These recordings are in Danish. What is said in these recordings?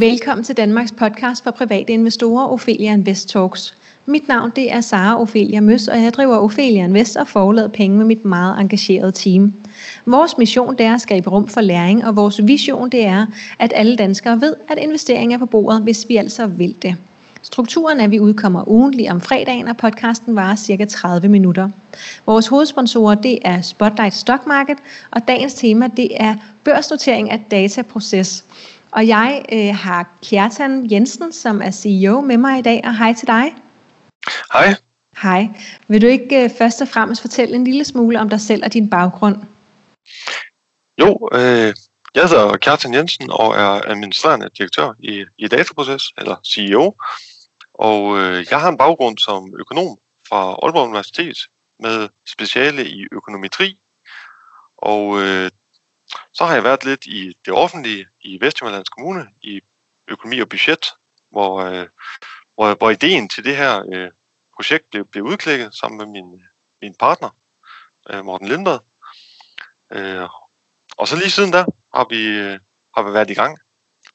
Velkommen til Danmarks podcast for private investorer, Ophelia Invest Talks. Mit navn det er Sara Ophelia Møs, og jeg driver Ophelia Invest og forlader penge med mit meget engagerede team. Vores mission det er at skabe rum for læring, og vores vision det er, at alle danskere ved, at investering er på bordet, hvis vi altså vil det. Strukturen er, at vi udkommer ugentlig om fredagen, og podcasten varer cirka 30 minutter. Vores hovedsponsorer det er Spotlight Stock Market, og dagens tema det er børsnotering af dataproces. Og jeg har Kjartan Jensen, som er CEO med mig i dag, og hej til dig. Hej. Hej. Vil du ikke først og fremmest fortælle en lille smule om dig selv og din baggrund? Jo, jeg hedder Kjartan Jensen og er administrerende direktør i Dataproces, eller CEO. Og jeg har en baggrund som økonom fra Aalborg Universitet med speciale i økonometri. Og så har jeg været lidt i det offentlige i Vestjyllands Kommune i økonomi og budget, hvor ideen til det her projekt blev udklækket sammen med min partner, Morten Lindberg. Og så lige siden da har vi været i gang.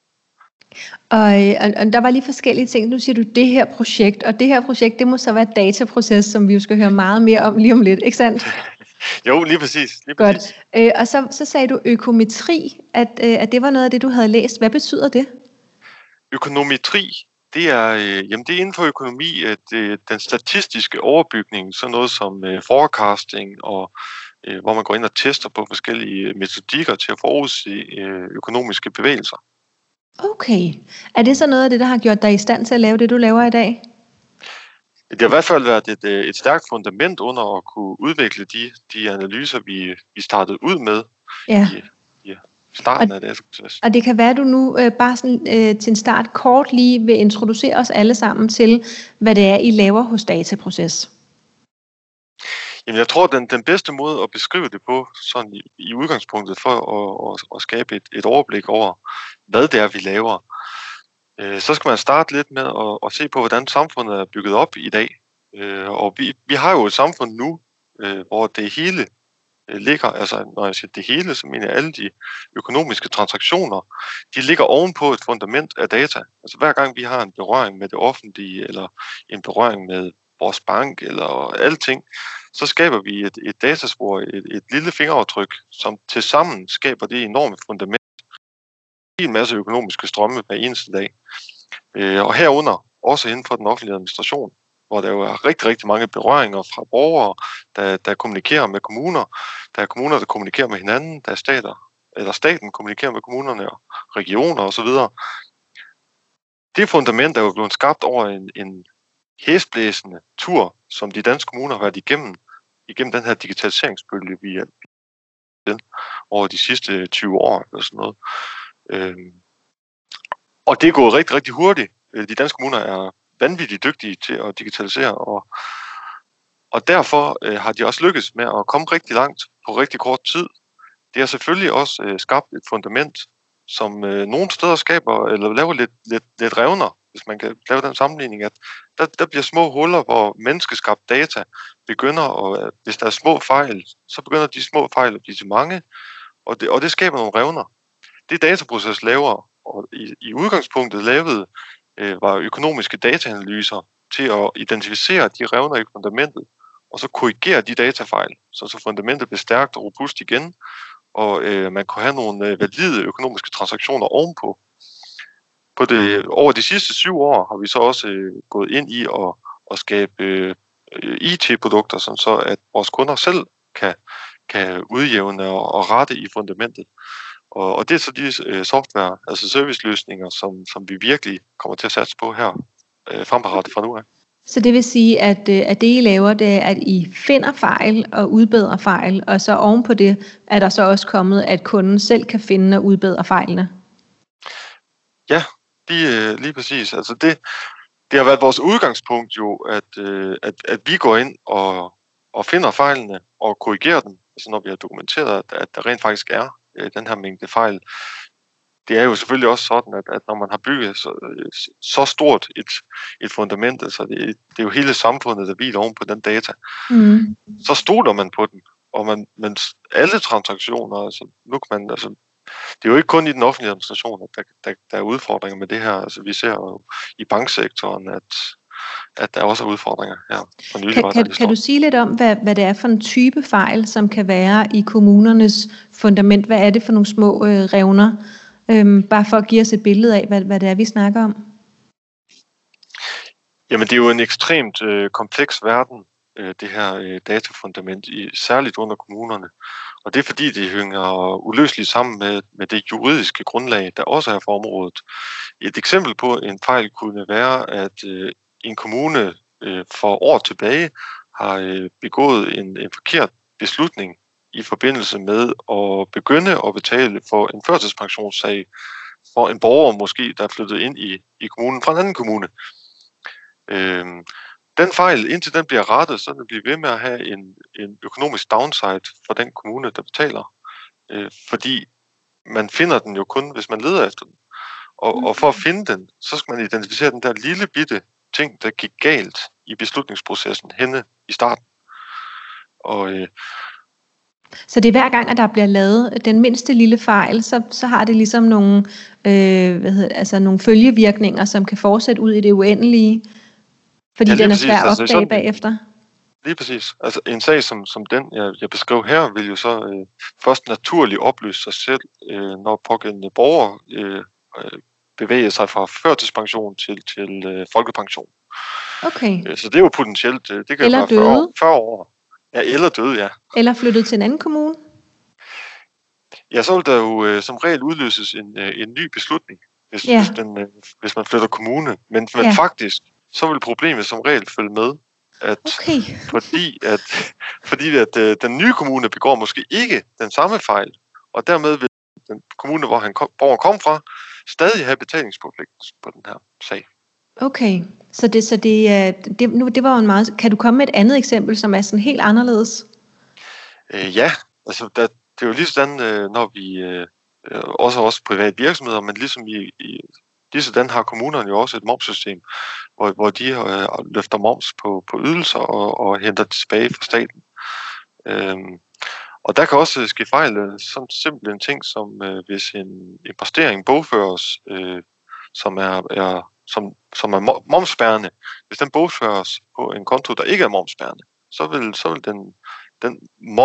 Og der var lige forskellige ting. Nu siger du det her projekt, og det her projekt, det må så være dataproces, som vi jo skal høre meget mere om lige om lidt, ikke sandt? Jo, lige præcis. Godt. Og så sagde du økonometri, at det var noget af det, du havde læst. Hvad betyder det? Økonometri, det er inden for økonomi, at den statistiske overbygning, sådan noget som forecasting, og hvor man går ind og tester på forskellige metodikker til at forudse økonomiske bevægelser. Okay. Er det så noget af det, der har gjort dig i stand til at lave det, du laver i dag? Det har i hvert fald været et stærkt fundament under at kunne udvikle de analyser, vi startede ud med i starten af det proces. Og det kan være, at du nu bare sådan, til en start kort lige vil introducere os alle sammen til, hvad det er, I laver hos Dataproces. Jamen, jeg tror, at den bedste måde at beskrive det på, sådan i udgangspunktet for at skabe et overblik over, hvad det er, vi laver, så skal man starte lidt med at se på, hvordan samfundet er bygget op i dag. Og vi har jo et samfund nu, hvor det hele ligger, altså når jeg siger det hele, så mener jeg alle de økonomiske transaktioner, de ligger ovenpå et fundament af data. Altså hver gang vi har en berøring med det offentlige, eller en berøring med vores bank, eller alting, så skaber vi et dataspor, et lille fingeraftryk, som tilsammen skaber det enorme fundament. En masse økonomiske strømme hver eneste dag. Og herunder også inden for den offentlige administration, hvor der jo er rigtig, rigtig mange berøringer fra borgere, der kommunikerer med kommuner. Der er kommuner, der kommunikerer med hinanden. Der er staten kommunikerer med kommunerne og regioner osv. Det fundament er jo blevet skabt over en hæsblæsende tur, som de danske kommuner har været igennem den her digitaliseringsbølge, vi er over de sidste 20 år eller sådan noget. Og det er gået rigtig, rigtig hurtigt. De danske kommuner er vanvittigt dygtige til at digitalisere, og derfor har de også lykkes med at komme rigtig langt på rigtig kort tid. Det har selvfølgelig også skabt et fundament, som nogle steder skaber, eller laver lidt revner, hvis man kan lave den sammenligning, at der bliver små huller, hvor menneskeskabt data begynder, og hvis der er små fejl, så begynder de små fejl at blive til mange, og det skaber nogle revner. Det Dataproces laver, og i udgangspunktet lavede, var økonomiske dataanalyser til at identificere de revner i fundamentet, og så korrigere de datafejl, så fundamentet blev stærkt og robust igen, og man kunne have nogle valide økonomiske transaktioner ovenpå. Over de sidste 7 år har vi så også gået ind i at skabe IT-produkter, sådan så at vores kunder selv kan udjævne og rette i fundamentet. Og det er så de software, altså serviceløsninger, som vi virkelig kommer til at satse på her fremadrettet fra nu af. Så det vil sige, at det I laver, det er, at I finder fejl og udbedrer fejl, og så ovenpå det er der så også kommet, at kunden selv kan finde og udbedre fejlene? Ja, lige præcis. Altså det har været vores udgangspunkt jo, at vi går ind og finder fejlene og korrigerer dem, altså når vi har dokumenteret, at der rent faktisk er den her mængde fejl. Det er jo selvfølgelig også sådan, at når man har bygget så stort et fundament, altså det er jo hele samfundet, der hviler oven på den data, så stoler man på den, og men alle transaktioner, altså nu kan man, altså Det er jo ikke kun i den offentlige administration, at der er udfordringer med det her. Altså, vi ser jo i banksektoren, at der også er udfordringer her. Kan du sige lidt om, hvad det er for en type fejl, som kan være i kommunernes fundament? Hvad er det for nogle små revner? Bare for at give os et billede af, hvad det er, vi snakker om. Jamen, det er jo en ekstremt kompleks verden, det her datafundament, særligt under kommunerne. Og det er fordi, det hænger uløseligt sammen med det juridiske grundlag, der også er for området. Et eksempel på en fejl kunne være, at en kommune for år tilbage har begået en forkert beslutning i forbindelse med at begynde at betale for en førtidspensionssag for en borger måske, der er flyttet ind i kommunen fra en anden kommune. Den fejl, indtil den bliver rettet, så vil blive ved med at have en økonomisk downside for den kommune, der betaler. Fordi man finder den jo kun, hvis man leder efter den. Og for at finde den, så skal man identificere den der lille bitte ting, der gik galt i beslutningsprocessen henne i starten. Så det er hver gang, at der bliver lavet den mindste lille fejl, så har det ligesom nogle, nogle følgevirkninger, som kan fortsætte ud i det uendelige, fordi den er svær at opdage bagefter. Lige præcis. Altså en sag som den, jeg beskrev her, vil jo så først naturligt opløse sig selv, når pågældende borger bevæger sig fra førtidspension til folkepension. Okay. Så det er jo potentielt, det kan eller være 40 år. Ja, eller døde, ja. Eller flyttet til en anden kommune? Ja, så vil der jo som regel udløses en ny beslutning, hvis man flytter kommune. Men faktisk, så vil problemet som regel følge med. Fordi den nye kommune begår måske ikke den samme fejl, og dermed vil den kommune, hvor borgeren kom fra, stadig have betalingspligt på den her sag. Okay, så det var jo en meget... Kan du komme med et andet eksempel, som er sådan helt anderledes? Ja, altså det er jo lige sådan, når vi også private virksomheder, men ligesom lige sådan har kommunerne jo også et momssystem, hvor de løfter moms på ydelser og henter tilbage fra staten. Og der kan også ske fejl, sådan simpelthen en ting som hvis en postering bogføres, som er momsbærende. Hvis den bogføres på en konto, der ikke er momsbærende, så vil den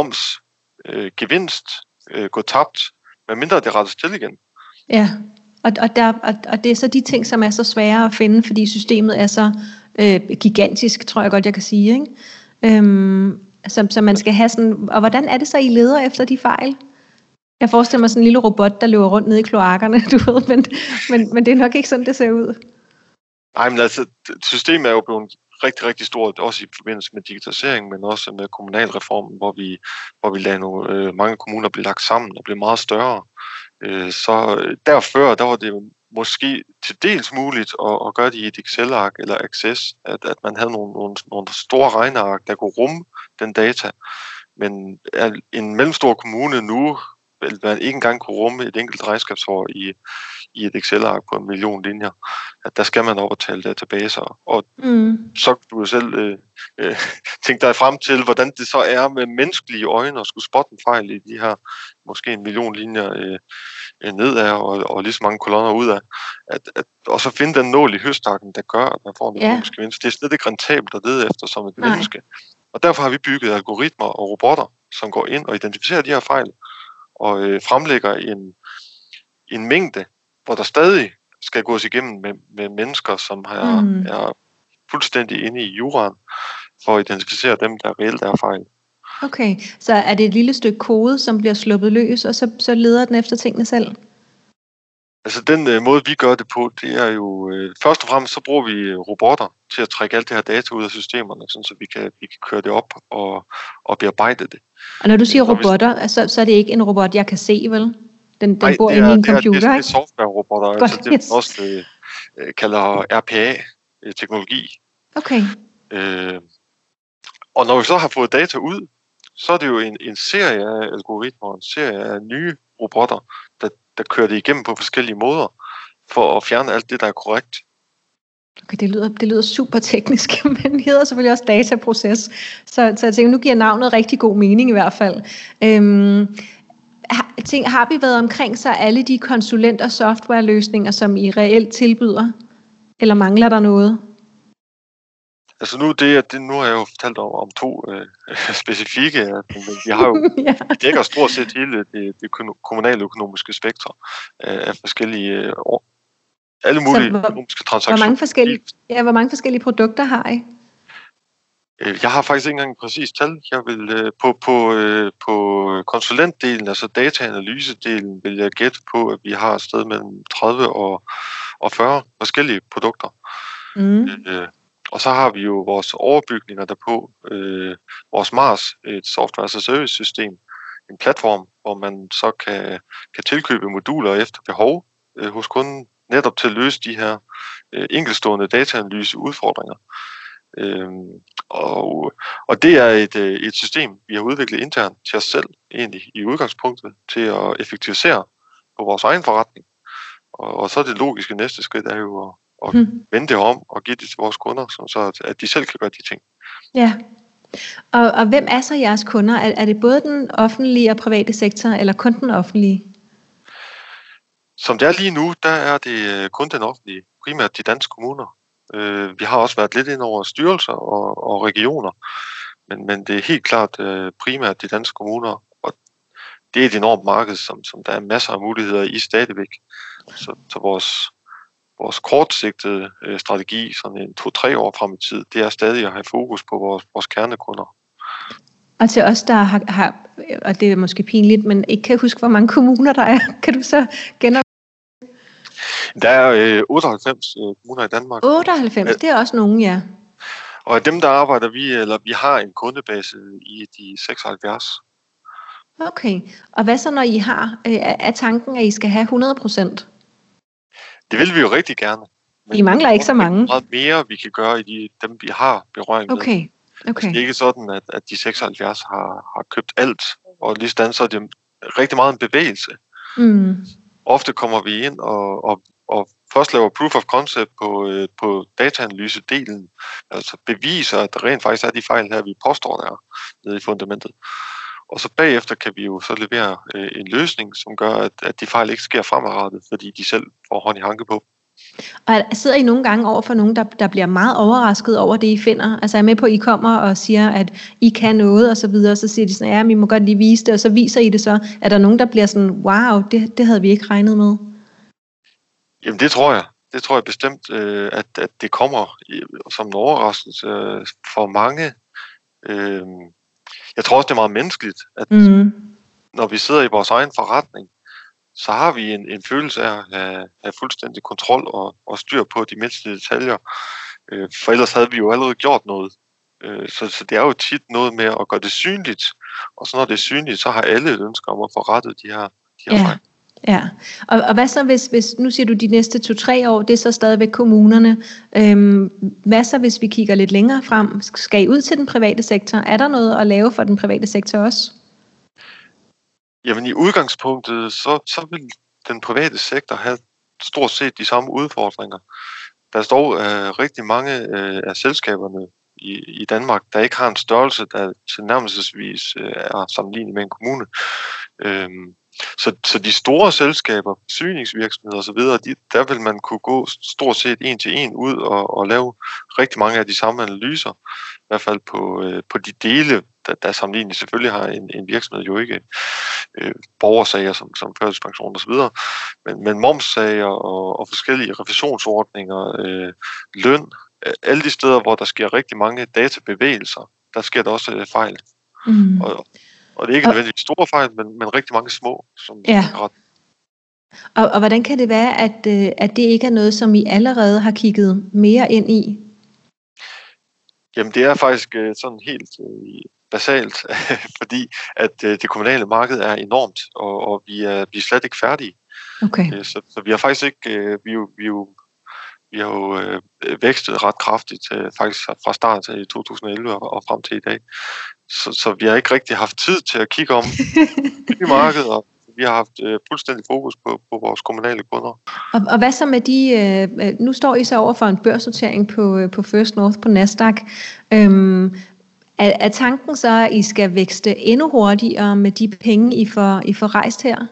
momsgevinst gå tabt, medmindre det rettes til igen. Ja, og det er så de ting, som er så svære at finde, fordi systemet er så gigantisk, tror jeg godt, jeg kan sige, ikke? Så man skal have sådan... Og hvordan er det så, I leder efter de fejl? Jeg forestiller mig sådan en lille robot, der løber rundt nede i kloakkerne, du ved, men det er nok ikke sådan, det ser ud. Nej, men altså, systemet er jo blevet rigtig, rigtig stort, også i forbindelse med digitalisering, men også med kommunalreformen, hvor vi lader mange kommuner blive lagt sammen og blive meget større. Så der var det måske til dels muligt at gøre det i et Excel-ark eller Access, at man havde nogle store regneark, der kunne rumme den data. Men en mellemstor kommune nu vil man ikke engang kunne rumme et enkelt regnskabsår i et Excel-ark på 1 million linjer. At der skal man op og tale databaser. Og så kan du jo selv tænke dig frem til, hvordan det så er med menneskelige øjne at skulle spotte en fejl i de her måske 1 million linjer nedad og lige så mange kolonner udad. Og så finde den nål i høstakken, der gør, at man får en økonomisk gevinst. Det er slet ikke rentabelt at lede efter som et menneske. Og derfor har vi bygget algoritmer og robotter, som går ind og identificerer de her fejl og fremlægger en mængde, hvor der stadig skal gås igennem med mennesker, som er fuldstændig inde i juraen, for at identificere dem, der reelt er fejl. Okay, så er det et lille stykke kode, som bliver sluppet løs, og så leder den efter tingene selv? Altså den måde, vi gør det på, det er jo... først og fremmest så bruger vi robotter til at trække alt det her data ud af systemerne, sådan, så vi kan køre det op og bearbejde det. Og når du siger robotter, så er det ikke en robot, jeg kan se, vel? Den bor inde i en computer, ikke? Det er software-robotter, altså det man også kalder RPA-teknologi. Okay. Og når vi så har fået data ud, så er det jo en serie af algoritmer, en serie af nye robotter, der kører det igennem på forskellige måder, for at fjerne alt det, der er korrekt. Okay, det lyder super teknisk, men det hedder selvfølgelig også dataproces. Så jeg tænker, nu giver navnet rigtig god mening i hvert fald. har vi været omkring så alle de konsulent- og softwareløsninger, som I reelt tilbyder? Eller mangler der noget? Altså nu har jeg jo fortalt om to specifikke, men vi har jo vi dækker stort set hele det kommunale økonomiske spektrum af forskellige alle mulige økonomiske transaktioner. Hvor mange forskellige produkter har I? Jeg har faktisk ikke engang en præcis tal. Jeg vil på konsulentdelen, altså dataanalysedelen, vil jeg gætte på, at vi har et sted mellem 30 og 40 forskellige produkter. Og så har vi jo vores overbygninger derpå, vores Mars, et software as a service system, en platform, hvor man så kan tilkøbe moduler efter behov hos kunden, netop til at løse de her enkeltstående dataanalyseudfordringer. Og det er et system, vi har udviklet internt til os selv, egentlig i udgangspunktet, til at effektivisere på vores egen forretning. Og så det logiske næste skridt er jo at vende det om og give det til vores kunder, så at de selv kan gøre de ting. Ja, og hvem er så jeres kunder? Er det både den offentlige og private sektor, eller kun den offentlige? Som det er lige nu, der er det kun den offentlige, primært de danske kommuner. Vi har også været lidt ind over styrelser og regioner, men det er helt klart primært de danske kommuner, og det er et enormt marked, som der er masser af muligheder i stadigvæk. Så vores kortsigtede strategi, sådan en 2-3 år frem i tid, det er stadig at have fokus på vores kernekunder. Og til os, der har, og det er måske pinligt, men ikke kan huske, hvor mange kommuner der er, kan du så Der er 98 kommuner i Danmark. 98, det er også nogen, ja. Og af dem, der arbejder vi har en kundebase i de 76. Okay, og hvad så, når I har, er tanken, at I skal have 100%? Det vil vi jo rigtig gerne. Men I mangler ikke så mange. Der er meget mere, vi kan gøre i dem, vi har berøring med. Okay. Altså, det er ikke sådan, at de 76 har købt alt, og lige sådan, så er det rigtig meget en bevægelse. Ofte kommer vi ind og først laver proof of concept på dataanalyse-delen, altså beviser, at der rent faktisk er de fejl her, vi påstår, der er nede i fundamentet. Og så bagefter kan vi jo så levere en løsning, som gør, at de fejl ikke sker fremadrettet, fordi de selv får hånd i hanke på. Og sidder I nogle gange over for nogen, der bliver meget overrasket over det, I finder? Altså jeg er med på, at I kommer og siger, at I kan noget, og så videre, og så siger de sådan, ja, vi må godt lige vise det, og så viser I det så. Er der nogen, der bliver sådan, wow, det havde vi ikke regnet med? Jamen det tror jeg. Det tror jeg bestemt, at det kommer som en overraskelse for mange. Jeg tror også, det er meget menneskeligt, at når vi sidder i vores egen forretning, så har vi en følelse af at have fuldstændig kontrol og styr på de mindste detaljer. For ellers havde vi jo allerede gjort noget. Så det er jo tit noget med at gøre det synligt. Og så når det er synligt, så har alle et ønske om at få rettet de her fejl. Ja, og hvad så hvis nu siger du de næste 2-3 år, det er så stadigvæk kommunerne. Hvad så hvis vi kigger lidt længere frem? Skal I ud til den private sektor? Er der noget at lave for den private sektor også? Jamen i udgangspunktet, så vil den private sektor have stort set de samme udfordringer. Der er dog rigtig mange af selskaberne i Danmark, der ikke har en størrelse, der tilnærmelsesvis er sammenlignet med en kommune. Så de store selskaber, forsyningsvirksomheder osv., der vil man kunne gå stort set en til en ud og lave rigtig mange af de samme analyser. I hvert fald på de dele, der sammenlignet selvfølgelig har en virksomhed jo ikke borgersager som førtidspension osv., men momssager og forskellige refusionsordninger, løn, alle de steder, hvor der sker rigtig mange databevægelser, der sker der også fejl. Og det er ikke nødvendigvis store fejl, men rigtig mange små, som er ret. Og hvordan kan det være, at det ikke er noget, som I allerede har kigget mere ind i? Jamen det er faktisk sådan helt basalt, fordi at det kommunale marked er enormt, og vi er slet ikke færdige. Okay. Så vi har faktisk ikke, vi har jo vækstet ret kraftigt, faktisk fra start til 2011 og frem til i dag. Så vi har ikke rigtig haft tid til at kigge om i markedet, og vi har haft fuldstændig fokus på vores kommunale kunder. Og hvad så med de, nu står I så over for en børsnotering på First North på Nasdaq. Er tanken så, at I skal vækste endnu hurtigere med de penge, I får rejst her?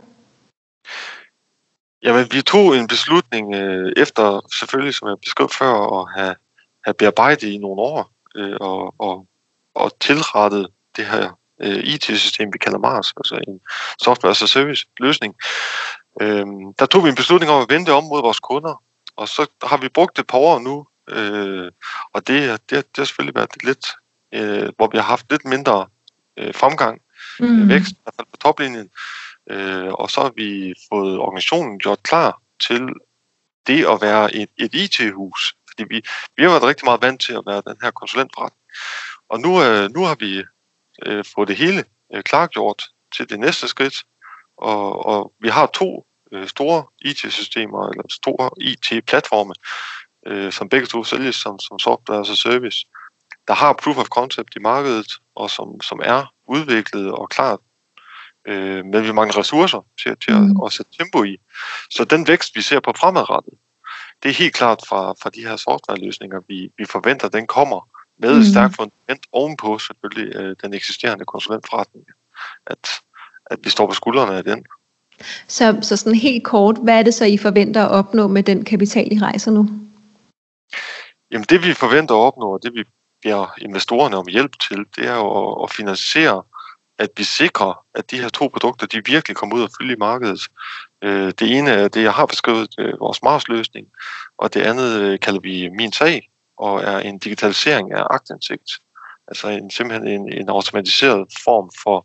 Jamen, vi tog en beslutning efter, selvfølgelig, som jeg beskrev før, at have bearbejdet i nogle år og tilrettet det her IT-system, vi kalder Mars, altså en software as a service løsning. Der tog vi en beslutning om at vende om mod vores kunder, og så har vi brugt et par år nu, og det har selvfølgelig været lidt, hvor vi har haft lidt mindre fremgang, vækst, i hvert fald på toplinjen, og så har vi fået organisationen gjort klar til det at være et IT-hus, fordi vi har været rigtig meget vant til at være den her konsulentforretning, og nu har vi fået det hele klargjort til det næste skridt, og vi har 2 store IT-systemer, eller store IT-platforme, som begge to sælges som software as a service, der har proof of concept i markedet, og som er udviklet og klart, men vi mangler ressourcer til at sætte tempo i. Så den vækst, vi ser på fremadrettet, det er helt klart fra de her softwareløsninger, vi forventer, den kommer med et stærkt fundament ovenpå selvfølgelig den eksisterende konsulentforretning, at vi står på skuldrene af den. Så sådan helt kort, hvad er det så, I forventer at opnå med den kapital, I rejser nu? Jamen det, vi forventer at opnå, og det vi beder investorerne om hjælp til, det er jo at finansiere, at vi sikrer, at de her 2 produkter, de virkelig kommer ud og fylde i markedet. Det ene er det, jeg har beskrevet, vores Mars-løsning, og det andet kalder vi Min Sag, og er en digitalisering af aktindsigt. Altså simpelthen en automatiseret form for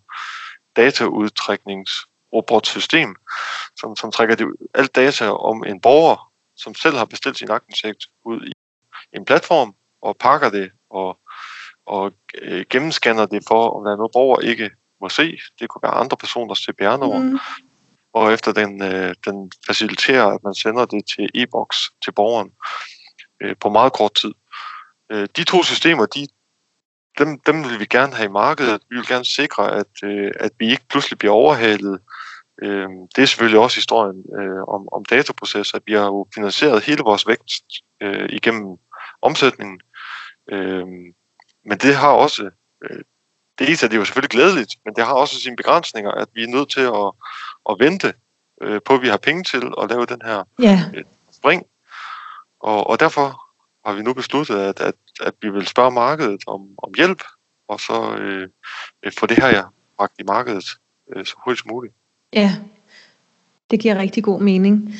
dataudtrækningsrobotsystem, som trækker alt data om en borger, som selv har bestilt sin aktindsigt ud i en platform, og pakker det og gennemscanner det for, om der er noget borger ikke må se. Det kunne være andre personers CPR-nummer. Og efter den faciliterer, at man sender det til e-boks til borgeren på meget kort tid. De 2 systemer, dem vil vi gerne have i markedet. Vi vil gerne sikre, at vi ikke pludselig bliver overhalet. Det er selvfølgelig også historien om dataprocesser. Vi har jo finansieret hele vores vækst igennem omsætningen. Men det har også, det er jo selvfølgelig glædeligt, men det har også sine begrænsninger, at vi er nødt til at vente på, at vi har penge til at lave den her spring. Og derfor har vi nu besluttet, at vi vil spørge markedet om hjælp, og så få det her bragt i markedet så hurtigt som muligt. Ja, det giver rigtig god mening.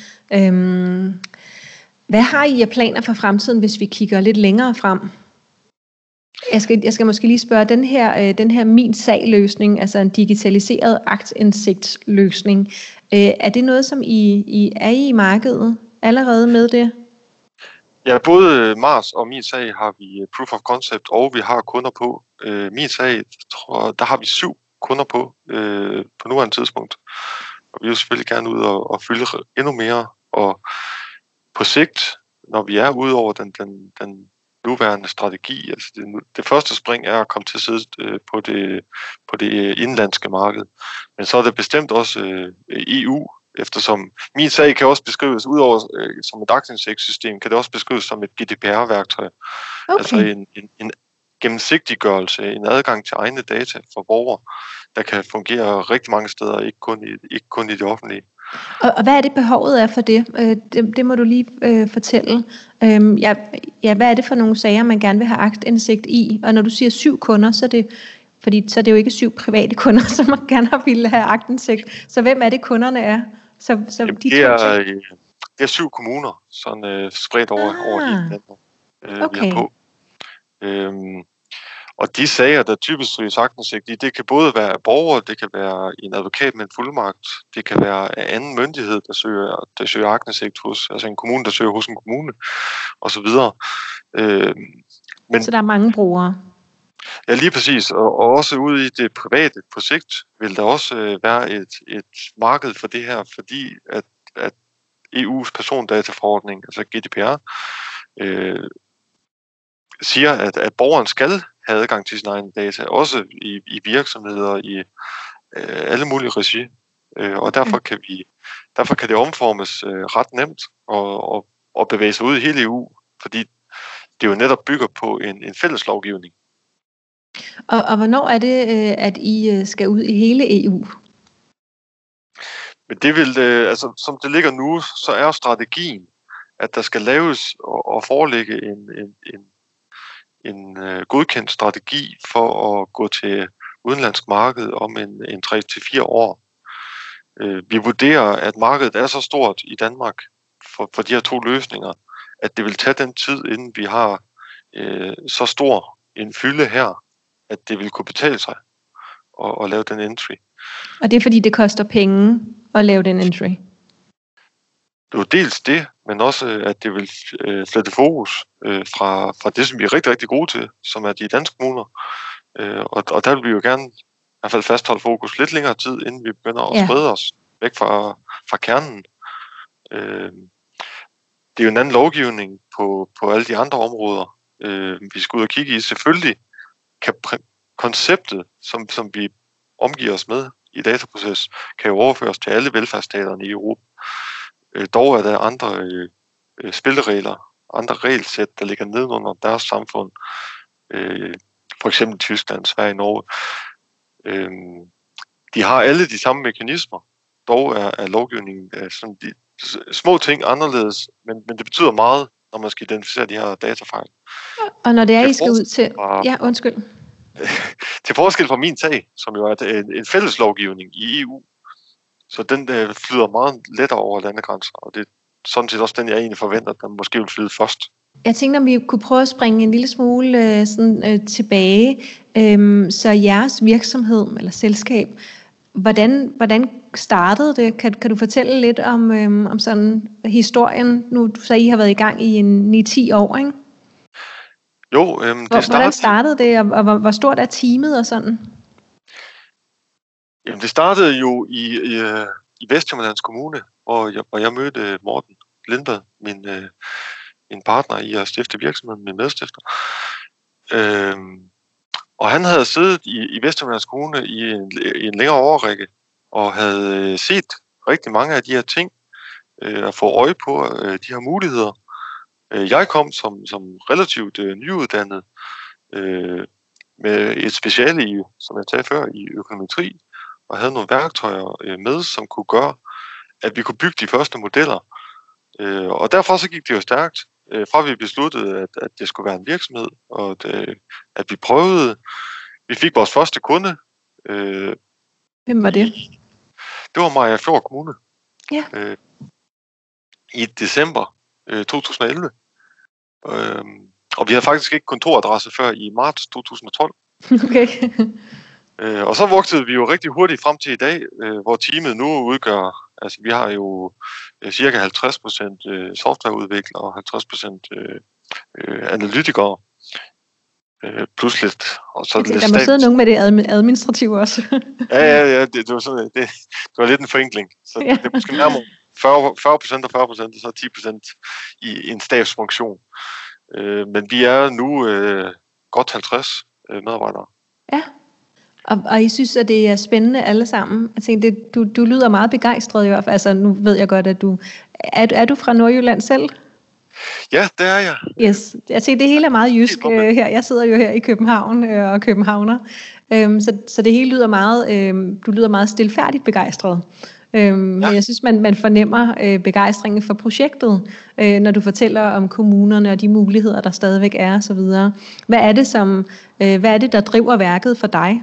Hvad har I af planer for fremtiden, hvis vi kigger lidt længere frem? Jeg skal måske lige spørge, den her Min Sag-løsning, altså en digitaliseret aktindsigtsløsning, er det noget, som I er i markedet allerede med det? Ja, både Mars og Min Sag har vi proof of concept, og vi har kunder på. Min Sag, der har vi 7 kunder på nuværende tidspunkt. Og vi vil selvfølgelig gerne ud og fylde endnu mere. Og på sigt, når vi er ude over den nuværende strategi, altså det første spring er at komme til at sidde på det indlandske marked. Men så er det bestemt også EU, eftersom Min Sag kan også beskrives, udover som et aktindsigtssystem, kan det også beskrives som et GDPR-værktøj. Okay. Altså en gennemsigtiggørelse, en adgang til egne data for borgere, der kan fungere rigtig mange steder, ikke kun i det offentlige. Og hvad er det behovet er for det? Det må du lige fortælle. Hvad er det for nogle sager, man gerne vil have aktindsigt i? Og når du siger 7 kunder, så er det jo ikke 7 private kunder, som man gerne vil have aktindsigt. Så hvem er det, kunderne er? Det er 7 kommuner, sådan spredt over hele landet, vi er på. Og de sager, der typisk søges aktindsigt i, det kan både være borgere, det kan være en advokat med en fuldmagt, det kan være anden myndighed, der søger aktindsigt hos, altså en kommune, der søger hos en kommune, og så videre. Så der er mange brugere? Ja, lige præcis. Og også ude i det private på sigt vil der også være et marked for det her, fordi at EU's persondataforordning, altså GDPR, siger, at borgeren skal have adgang til sine egne data, også i virksomheder, i alle mulige regi. Og derfor kan det omformes ret nemt og bevæge sig ud i hele EU, fordi det jo netop bygger på en fælles lovgivning. Og hvornår er det, at I skal ud i hele EU? Men det vil, altså som det ligger nu, så er strategien, at der skal laves og foreligge en godkendt strategi for at gå til udenlandsk marked om en 3-4 år. Vi vurderer, at markedet er så stort i Danmark for de her to løsninger, at det vil tage den tid, inden vi har så stor en fylde her, at det vil kunne betale sig at lave den entry. Og det er fordi, det koster penge at lave den entry? Det er jo dels det, men også at det vil flytte fokus fra det, som vi er rigtig, rigtig gode til, som er de danske kommuner. Og der vil vi jo gerne i hvert fald fastholde fokus lidt længere tid, inden vi begynder at sprede os væk fra kernen. Det er jo en anden lovgivning på alle de andre områder, vi skal ud og kigge i. Selvfølgelig kan konceptet, som vi omgiver os med i dataproces, kan jo overføres til alle velfærdsstaterne i Europa. Dog er der andre spilleregler, andre regelsæt, der ligger nedenunder deres samfund. For eksempel Tyskland, Sverige, Norge. De har alle de samme mekanismer. Dog er lovgivningen sådan de små ting anderledes, men det betyder meget, når man skal identificere de her datafejl. Og når det er, I skal ud til... Ja, undskyld. Til forskel fra min sag, som jo er en fælles lovgivning i EU, så den flyder meget lettere over landegrænser, og det er sådan set også den, jeg egentlig forventer, at den måske vil flyde først. Jeg tænkte, om vi kunne prøve at springe en lille smule tilbage. Så jeres virksomhed eller selskab, hvordan startede det? Kan du fortælle lidt om sådan historien? Nu du sagde, I har været i gang i 9-10 år, ikke? Jo, hvordan startede det, og hvor stort er teamet og sådan? Jamen, det startede jo i Vesthimmerlands Kommune, hvor jeg mødte Morten Lindberg, min partner i at stifte virksomheden, min medstifter. Og han havde siddet i Vesthimmerlands Kommune i en længere årrække, og havde set rigtig mange af de her ting, og få øje på de her muligheder. Jeg kom som relativt nyuddannet med et speciale i, som jeg sagde før, i økonometri, og havde nogle værktøjer med, som kunne gøre, at vi kunne bygge de første modeller. Og derfor så gik det jo stærkt, fra vi besluttede, at det skulle være en virksomhed, og at vi prøvede. Vi fik vores første kunde. Hvem var det? Det var Mariagerfjord Kommune. Ja. I december 2011. Og vi havde faktisk ikke kontoradresse før i marts 2012. Okay. Og så voksede vi jo rigtig hurtigt frem til i dag, hvor teamet nu udgør, altså vi har jo cirka 50% softwareudviklere og 50% analytikere. Plus lidt. Og så der må sidde nogen med det administrative også. ja, det var lidt en forenkling. Så det er måske nærmere 40% og 40%, og så 10% i en stabsfunktion. Men vi er nu godt 50 medarbejdere. Ja, og I synes, at det er spændende alle sammen. Jeg tænkte, du lyder meget begejstret i hvert fald. Altså, nu ved jeg godt, at du... Er du fra Nordjylland selv? Ja, det er jeg. Yes. Jeg tænkte, det hele er meget jysk her. Jeg sidder jo her i København og københavner. Så det hele lyder meget... Du lyder meget stilfærdigt begejstret. Men jeg synes, man fornemmer begejstringen for projektet, når du fortæller om kommunerne og de muligheder, der stadigvæk er osv. Hvad er det, der driver værket for dig?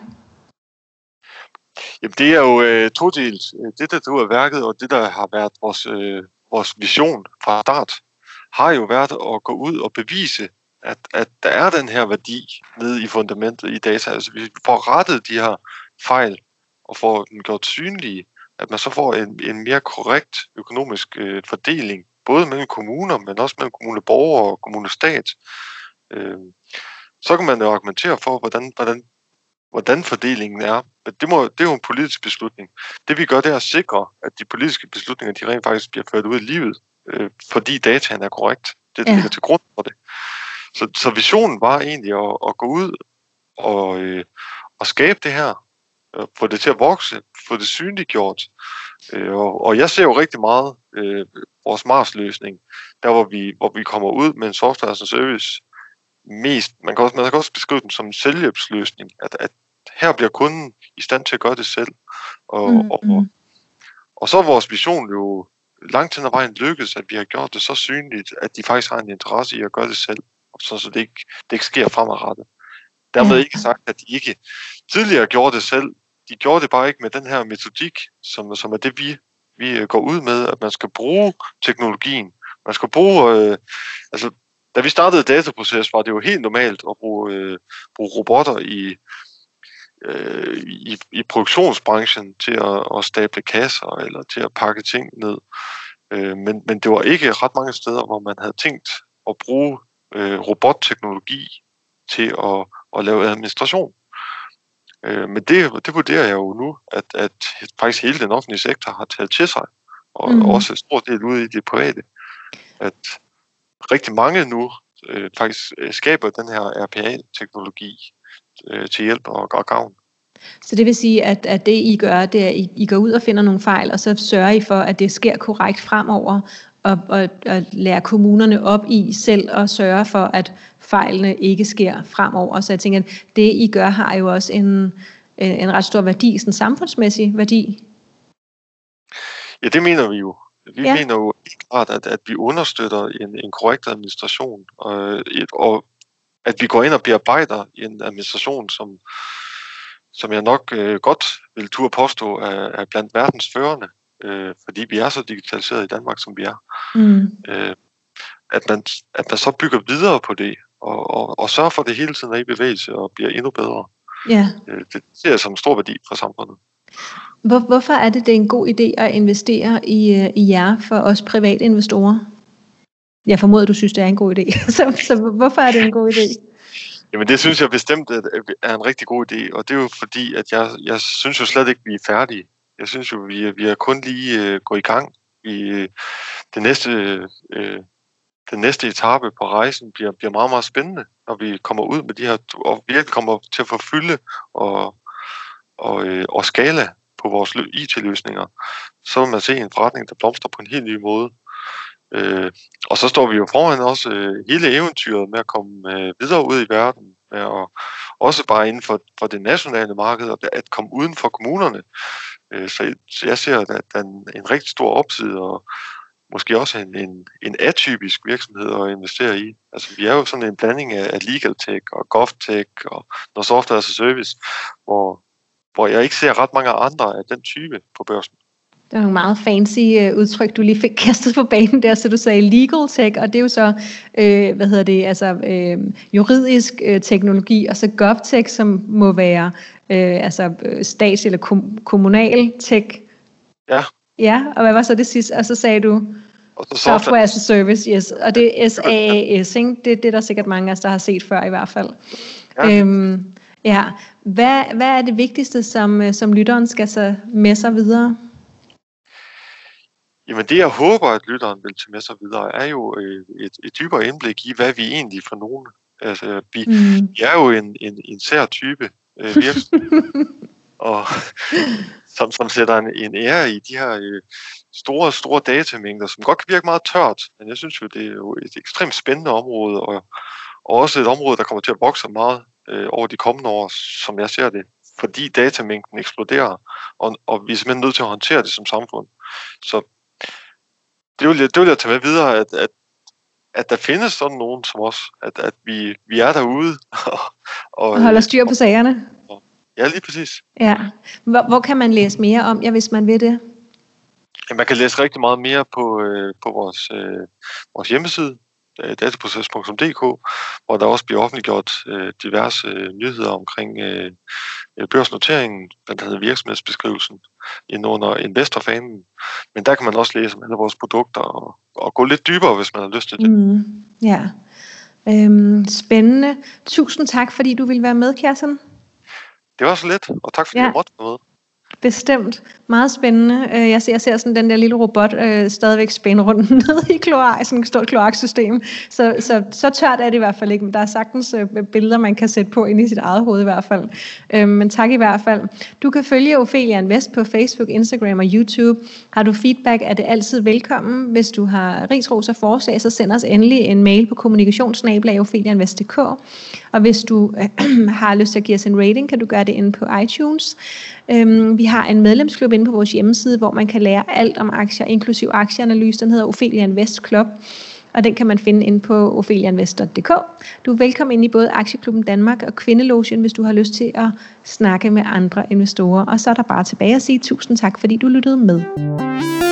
Jamen, det er jo todelt. Det, der driver værket, og det, der har været vores vision fra start, har jo været at gå ud og bevise, at der er den her værdi nede i fundamentet i data. Altså, vi får rettet de her fejl og får dem gjort synlige, at man så får en mere korrekt økonomisk fordeling, både mellem kommuner, men også mellem kommuneborgere og kommunestat. Så kan man jo argumentere for, hvordan fordelingen er. Men det er jo en politisk beslutning. Det vi gør, det er at sikre, at de politiske beslutninger, de rent faktisk bliver ført ud i livet, fordi dataen er korrekt. Det ligger til grund for det. Så visionen var egentlig at gå ud og skabe det her, få det til at vokse, få det synliggjort. Og jeg ser jo rigtig meget vores Mars-løsning, der hvor vi kommer ud med en software som service man kan også beskrive den som en selvhjælpsløsning, at her bliver kunden i stand til at gøre det selv. Og så er vores vision jo langt hen ad vejen lykkes, at vi har gjort det så synligt, at de faktisk har en interesse i at gøre det selv, så det ikke sker fremadrettet. Dermed ikke sagt, at de ikke tidligere gjorde det selv. De gjorde det bare ikke med den her metodik, som er det, vi går ud med, at man skal bruge teknologien. Man skal bruge... da vi startede dataproces, var det jo helt normalt at bruge robotter i produktionsbranchen til at stable kasser eller til at pakke ting ned. Men det var ikke ret mange steder, hvor man havde tænkt at bruge robotteknologi til at lave administration. Men det vurderer jeg jo nu, at faktisk hele den offentlige sektor har taget til sig, og også en stor del ude i det private. At rigtig mange nu faktisk skaber den her RPA-teknologi til hjælp og gavn. Så det vil sige, at det I gør, det er, at I går ud og finder nogle fejl, og så sørger I for, at det sker korrekt fremover, og lærer kommunerne op i selv at sørge for, at fejlene ikke sker fremover. Så jeg tænker, at det I gør, har jo også en ret stor værdi, sådan en samfundsmæssig værdi. Ja, det mener vi jo. Vi mener jo ikke klart, at vi understøtter en korrekt administration, og at vi går ind og bearbejder en administration, som jeg nok godt vil turde påstå er blandt verdens førende, fordi vi er så digitaliseret i Danmark, som vi er. At man så bygger videre på det, og sørger for, at det hele tiden er i bevægelse og bliver endnu bedre. Ja. Det ser jeg som en stor værdi for samfundet. Hvorfor er det en god idé at investere i jer for os private investorer? Jeg formoder, du synes, det er en god idé. så hvorfor er det en god idé? Jamen det synes jeg bestemt er en rigtig god idé, og det er jo fordi, at jeg synes jo slet ikke, vi er færdige. Jeg synes jo, vi er kun lige gået i gang. Den næste etape på rejsen bliver meget, meget spændende, når vi kommer ud med de her, og virkelig kommer til at forfylde og skala på vores IT-løsninger. Så vil man se en forretning, der blomstrer på en helt ny måde. Og så står vi jo foran også hele eventyret med at komme videre ud i verden, med at også bare inden for det nationale marked, og at komme uden for kommunerne. Så jeg ser, at der er en rigtig stor opside, og måske også en atypisk virksomhed at investere i. Altså vi er jo sådan en blanding af legal tech og GovTech og noget software as a service, hvor jeg ikke ser ret mange andre af den type på børsen. Det var nogle meget fancy udtryk, du lige fik kastet på banen der, så du sagde legal tech, og det er jo så, juridisk teknologi, og så GovTech, som må være stats- eller kommunal tech. Ja. Ja, og hvad var så det sidste? Og så sagde du software as a service, yes, og det er SaaS, ikke? Det er der sikkert mange af os, der har set før i hvert fald. Ja. Hvad er det vigtigste, som lytteren skal så med sig videre? Jamen det, jeg håber, at lytteren vil tage med sig videre, er jo et dybere indblik i, hvad vi egentlig for nogen. Altså, vi er jo en sær type virksomhed, og som sætter en ære i de her store datamængder, som godt kan virke meget tørt, men jeg synes jo, det er jo et ekstremt spændende område, og også et område, der kommer til at vokse meget over de kommende år, som jeg ser det, fordi datamængden eksploderer, og vi er simpelthen nødt til at håndtere det som samfund. Så det vil jeg tage med videre, at der findes sådan nogen som os, at vi er derude. og holder styr på sagerne. Ja, lige præcis. Ja. Hvor kan man læse mere om jer, hvis man vil det? Ja, man kan læse rigtig meget mere på vores hjemmeside, dataproces.dk, hvor der også bliver offentliggjort diverse nyheder omkring børsnoteringen, blandt andet virksomhedsbeskrivelsen under investorfanen. Men der kan man også læse om alle vores produkter og gå lidt dybere, hvis man har lyst til det. Ja. Spændende. Tusind tak, fordi du ville være med, Kjartan. Det var så lidt, og tak fordi du måtte være med. Bestemt. Meget spændende. Jeg ser sådan den der lille robot stadigvæk spænde rundt nede i sådan et stort kloaksystem. Så tørt er det i hvert fald ikke, men der er sagtens billeder, man kan sætte på ind i sit eget hoved i hvert fald. Men tak i hvert fald. Du kan følge Ophelia Invest på Facebook, Instagram og YouTube. Har du feedback, er det altid velkommen. Hvis du har ris, ros og forslag, så send os endelig en mail på kommunikation@opheliainvest.dk. Og hvis du har lyst til at give os en rating, kan du gøre det inde på iTunes. Vi har en medlemsklub inde på vores hjemmeside, hvor man kan lære alt om aktier, inklusiv aktieanalyse. Den hedder Ophelia Invest Club, og den kan man finde inde på opheliainvest.dk. Du er velkommen ind i både Aktieklubben Danmark og Kvindelogen, hvis du har lyst til at snakke med andre investorer. Og så er der bare tilbage at sige tusind tak, fordi du lyttede med.